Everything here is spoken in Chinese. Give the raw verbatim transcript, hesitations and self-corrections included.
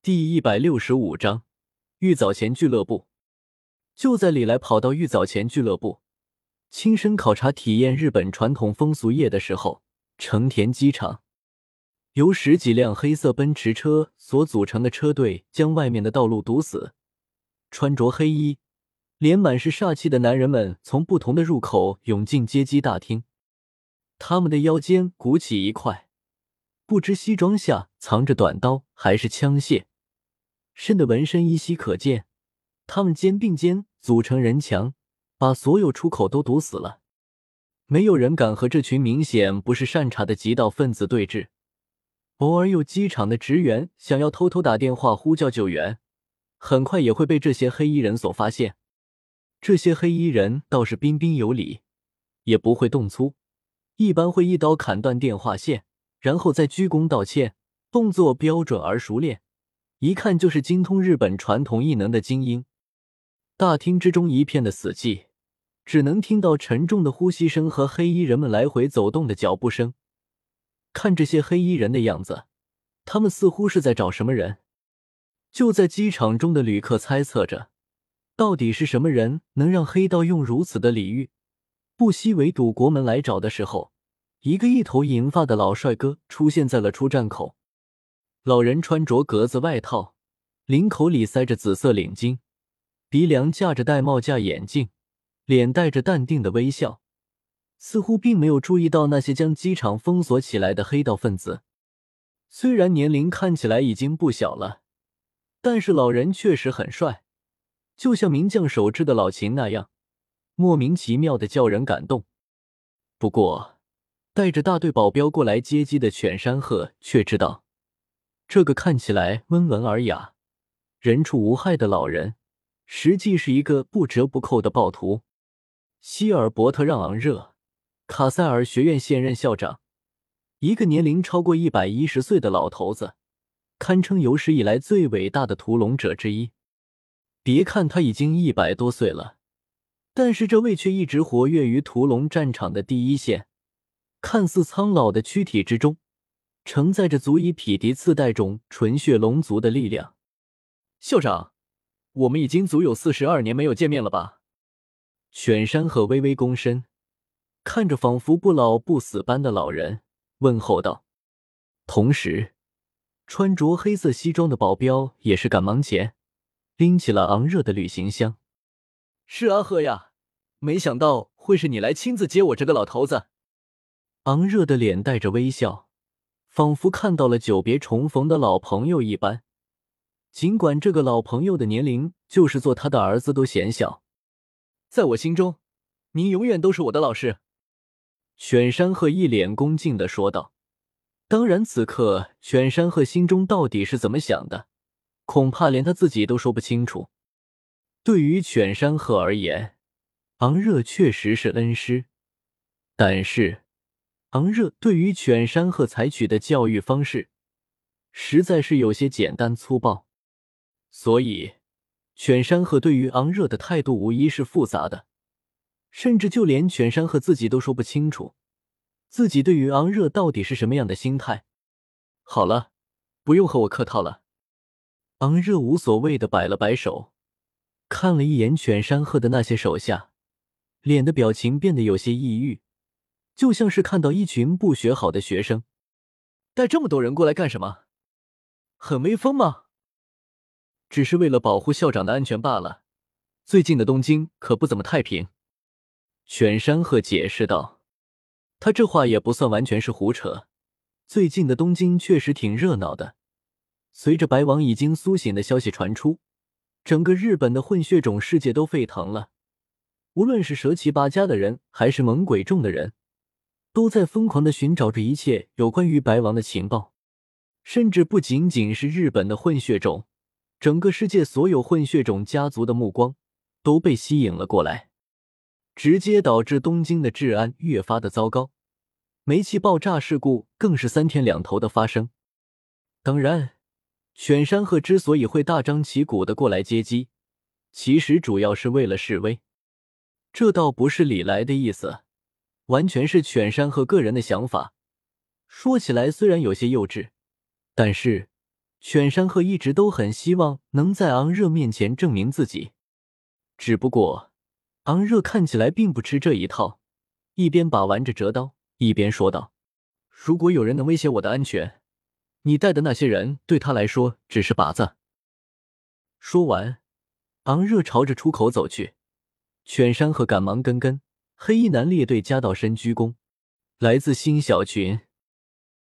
第一百六十五章玉藻前俱乐部。就在李来跑到玉藻前俱乐部，亲身考察体验日本传统风俗业的时候，成田机场由十几辆黑色奔驰车所组成的车队将外面的道路堵死，穿着黑衣、脸满是煞气的男人们从不同的入口涌进接机大厅，他们的腰间鼓起一块，不知西装下藏着短刀还是枪械，身的纹身依稀可见，他们肩并肩组成人墙，把所有出口都堵死了。没有人敢和这群明显不是善茬的极道分子对峙。偶尔有机场的职员想要偷偷打电话呼叫救援，很快也会被这些黑衣人所发现。这些黑衣人倒是彬彬有礼，也不会动粗，一般会一刀砍断电话线，然后再鞠躬道歉，动作标准而熟练，一看就是精通日本传统艺能的精英。大厅之中一片的死寂，只能听到沉重的呼吸声和黑衣人们来回走动的脚步声。看这些黑衣人的样子，他们似乎是在找什么人。就在机场中的旅客猜测着，到底是什么人能让黑道用如此的礼遇，不惜围堵国门来找的时候，一个一头银发的老帅哥出现在了出站口。老人穿着格子外套，领口里塞着紫色领巾，鼻梁架着戴帽架眼镜，脸带着淡定的微笑，似乎并没有注意到那些将机场封锁起来的黑道分子。虽然年龄看起来已经不小了，但是老人确实很帅，就像名将手持的老琴那样，莫名其妙的叫人感动。不过，带着大队保镖过来接机的犬山鹤却知道，这个看起来温文尔雅、人畜无害的老人，实际是一个不折不扣的暴徒。希尔伯特让昂热，卡塞尔学院现任校长，一个年龄超过一百一十岁的老头子，堪称有史以来最伟大的屠龙者之一。别看他已经一百多岁了，但是这位却一直活跃于屠龙战场的第一线，看似苍老的躯体之中，承载着足以匹敌次代种纯血龙族的力量。校长，我们已经足有四十二年没有见面了吧？犬山鹤微微躬身，看着仿佛不老不死般的老人，问候道。同时，穿着黑色西装的保镖也是赶忙前，拎起了昂热的旅行箱。是啊，鹤呀，没想到会是你来亲自接我这个老头子。昂热的脸带着微笑，仿佛看到了久别重逢的老朋友一般。尽管这个老朋友的年龄就是做他的儿子都嫌小，在我心中，您永远都是我的老师。犬山鹤一脸恭敬地说道。当然此刻犬山鹤心中到底是怎么想的，恐怕连他自己都说不清楚。对于犬山鹤而言，昂热确实是恩师，但是昂热对于犬山鹤采取的教育方式实在是有些简单粗暴，所以犬山鹤对于昂热的态度无疑是复杂的，甚至就连犬山鹤自己都说不清楚自己对于昂热到底是什么样的心态。好了，不用和我客套了。昂热无所谓的摆了摆手，看了一眼犬山鹤的那些手下，脸的表情变得有些抑郁，就像是看到一群不学好的学生。带这么多人过来干什么？很威风吗？只是为了保护校长的安全罢了，最近的东京可不怎么太平。犬山鹤解释道。他这话也不算完全是胡扯，最近的东京确实挺热闹的。随着白王已经苏醒的消息传出，整个日本的混血种世界都沸腾了，无论是蛇骑八家的人还是猛鬼众的人，都在疯狂地寻找着一切有关于白王的情报。甚至不仅仅是日本的混血种，整个世界所有混血种家族的目光都被吸引了过来，直接导致东京的治安越发的糟糕，煤气爆炸事故更是三天两头的发生。当然，犬山鹤之所以会大张旗鼓的过来接机，其实主要是为了示威。这倒不是李来的意思，完全是犬山鹤个人的想法。说起来虽然有些幼稚，但是犬山鹤一直都很希望能在昂热面前证明自己，只不过昂热看起来并不吃这一套，一边把玩着折刀，一边说道：“如果有人能威胁我的安全，你带的那些人对他来说只是靶子。”说完，昂热朝着出口走去，犬山鹤赶忙跟跟，黑衣男猎队加道深鞠躬：“来自星小群，